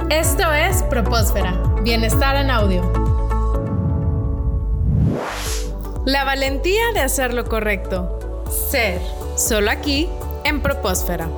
Esto es Propósfera, bienestar en audio. La valentía de hacer lo correcto. Ser, solo aquí en Propósfera.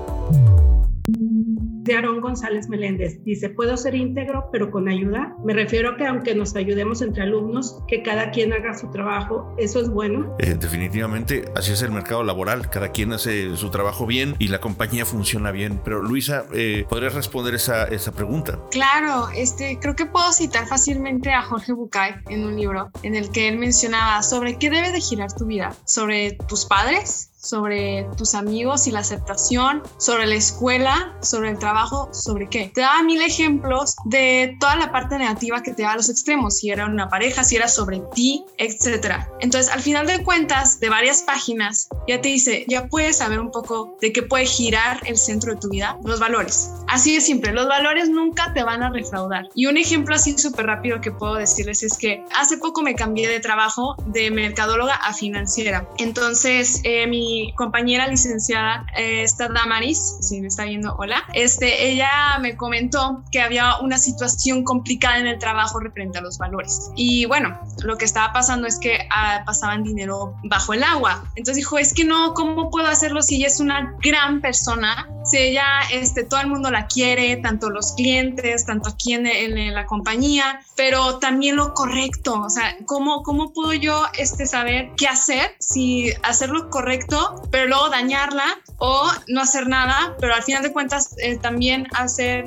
De Aarón González Meléndez dice: puedo ser íntegro pero con ayuda. Me refiero a que aunque nos ayudemos entre alumnos, que cada quien haga su trabajo, eso es bueno. Definitivamente así es el mercado laboral, cada quien hace su trabajo bien y la compañía funciona bien. Pero Luisa, ¿podrías responder esa pregunta? Claro, creo que puedo citar fácilmente a Jorge Bucay en un libro en el que él mencionaba sobre qué debe de girar tu vida, sobre tus padres, sobre tus amigos y la aceptación, sobre la escuela, sobre el trabajo, ¿sobre qué? Te daba 1000 ejemplos de toda la parte negativa que te da a los extremos, si era una pareja, si era sobre ti, etc. Entonces, al final de cuentas, de varias páginas, ya te dice, ya puedes saber un poco de qué puede girar el centro de tu vida, los valores. Así de simple, los valores nunca te van a defraudar. Y un ejemplo así súper rápido que puedo decirles es que hace poco me cambié de trabajo de mercadóloga a financiera. Entonces, mi compañera licenciada, esta Damaris, si me está viendo, hola, ella me comentó que había una situación complicada en el trabajo referente a los valores. Y bueno, lo que estaba pasando es que pasaban dinero bajo el agua. Entonces dijo, es que no, ¿cómo puedo hacerlo si ella es una gran persona? Si ella, todo el mundo la quiere, tanto los clientes, tanto aquí en la compañía, pero también lo correcto. O sea, ¿cómo puedo yo saber qué hacer? Si hacer lo correcto, pero luego dañarla, o no hacer nada, pero al final de cuentas también hacer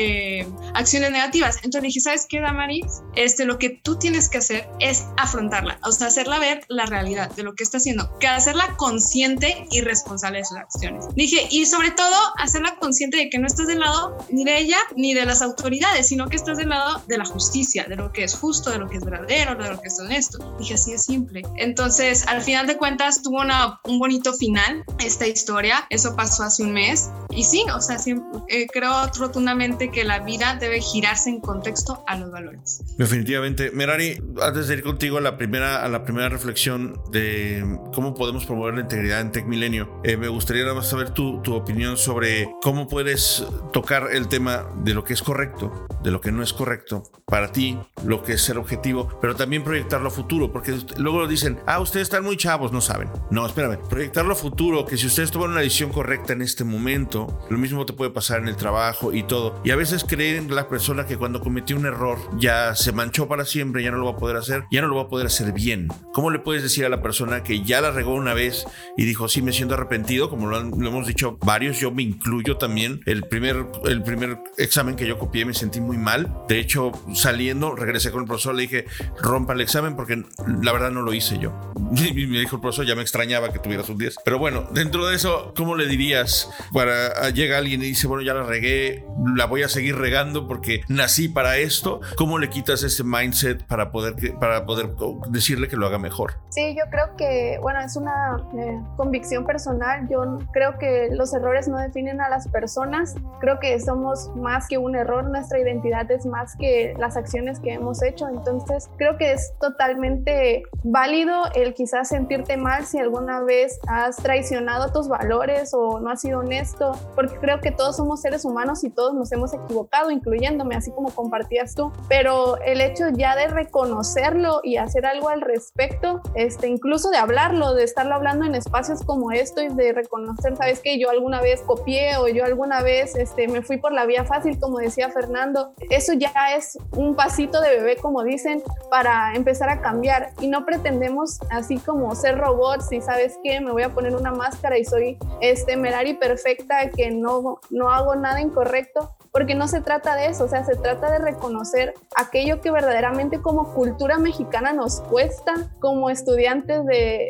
acciones negativas. Entonces dije, ¿sabes qué, Damaris? Lo que tú tienes que hacer es afrontarla, o sea, hacerla ver la realidad de lo que está haciendo, que hacerla consciente y responsable de sus acciones. Dije, y sobre todo, hacerla consciente de que no estás del lado ni de ella ni de las autoridades, sino que estás del lado de la justicia, de lo que es justo, de lo que es verdadero, de lo que es honesto. Dije, así de simple. Entonces, al final de cuentas, tuvo un bonito final esta historia. Eso pasó hace un mes. Y sí, o sea, creo rotundamente que la vida debe girarse en contexto a los valores. Definitivamente. Merari, antes de ir contigo a la primera reflexión de cómo podemos promover la integridad en TecMilenio, me gustaría nada más saber tu opinión sobre cómo puedes tocar el tema de lo que es correcto, de lo que no es correcto para ti, lo que es ser objetivo, pero también proyectarlo a futuro, porque luego dicen, ustedes están muy chavos, no saben. No, espérame, proyectarlo a futuro, que si ustedes toman una decisión correcta en este momento, lo mismo te puede pasar en el trabajo y todo. Y a veces creen la persona que cuando cometió un error ya se manchó para siempre, ya no lo va a poder hacer, ya no lo va a poder hacer bien. ¿Cómo le puedes decir a la persona que ya la regó una vez y dijo, sí, me siento arrepentido, como lo hemos dicho varios, yo me incluyo también? El primer examen que yo copié me sentí muy mal. De hecho, saliendo, regresé con el profesor, le dije, rompa el examen porque la verdad no lo hice yo. Y me dijo el profesor, ya me extrañaba que tuvieras un 10. Pero bueno, dentro de eso, ¿cómo le dirías llega alguien y dice, bueno, ya la regué, la voy a seguir regando porque nací para esto? ¿Cómo le quitas ese mindset para poder decirle que lo haga mejor? Sí, yo creo que, es una convicción personal. Yo creo que los errores no definen a las personas. Creo que somos más que un error, nuestra identidad es más que las acciones que hemos hecho. Entonces, creo que es totalmente válido el quizás sentirte mal si alguna vez has traicionado tus valores o no has sido honesto, porque creo que todos somos seres humanos y todos nos hemos equivocado, incluyéndome, así como compartías tú. Pero el hecho ya de reconocerlo y hacer algo al respecto, incluso de hablarlo, de estarlo hablando en espacios como esto y de reconocer, ¿sabes qué? Yo alguna vez copié o yo alguna vez me fui por la vía fácil, como decía Fernando. Eso ya es un pasito de bebé, como dicen, para empezar a cambiar. Y no pretendemos así como ser robots y, ¿sabes qué? Me voy a poner una máscara y soy Merari perfecta, que no hago nada incorrecto, porque no se trata de eso. O sea, se trata de reconocer aquello que verdaderamente como cultura mexicana nos cuesta, como estudiantes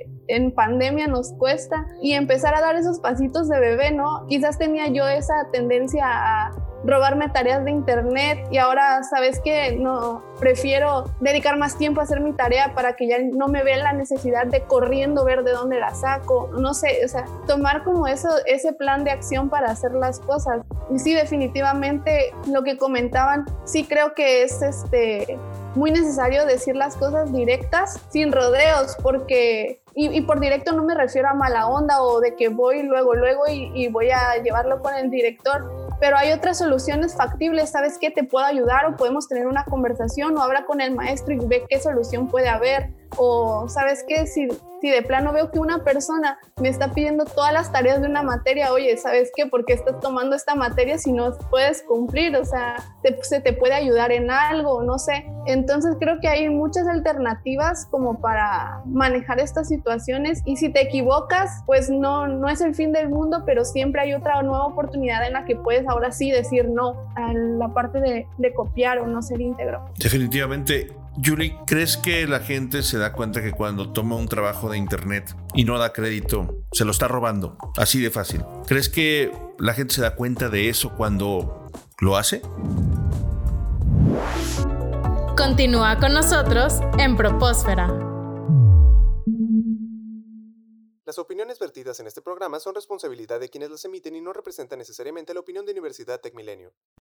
en pandemia nos cuesta, y empezar a dar esos pasitos de bebé, ¿no? Quizás tenía yo esa tendencia a robarme tareas de internet y ahora, ¿sabes qué? No, prefiero dedicar más tiempo a hacer mi tarea para que ya no me vea la necesidad de corriendo ver de dónde la saco. No sé, o sea, tomar como ese plan de acción para hacer las cosas. Y sí, definitivamente lo que comentaban, sí creo que es muy necesario decir las cosas directas, sin rodeos, porque y por directo no me refiero a mala onda o de que voy luego y voy a llevarlo con el director, pero hay otras soluciones factibles. ¿Sabes qué? Te puedo ayudar, o podemos tener una conversación, o habla con el maestro y ve qué solución puede haber. O ¿sabes qué? Si de plano veo que una persona me está pidiendo todas las tareas de una materia, oye, ¿sabes qué? ¿Por qué estás tomando esta materia si no puedes cumplir? O sea, se te puede ayudar en algo, no sé. Entonces creo que hay muchas alternativas como para manejar estas situaciones, y si te equivocas, pues no es el fin del mundo, pero siempre hay otra nueva oportunidad en la que puedes ahora sí decir no a la parte de copiar o no ser íntegro. Definitivamente. Yuli, ¿crees que la gente se da cuenta que cuando toma un trabajo de internet y no da crédito, se lo está robando? Así de fácil. ¿Crees que la gente se da cuenta de eso cuando lo hace? Continúa con nosotros en Propósfera. Las opiniones vertidas en este programa son responsabilidad de quienes las emiten y no representan necesariamente la opinión de Universidad TecMilenio.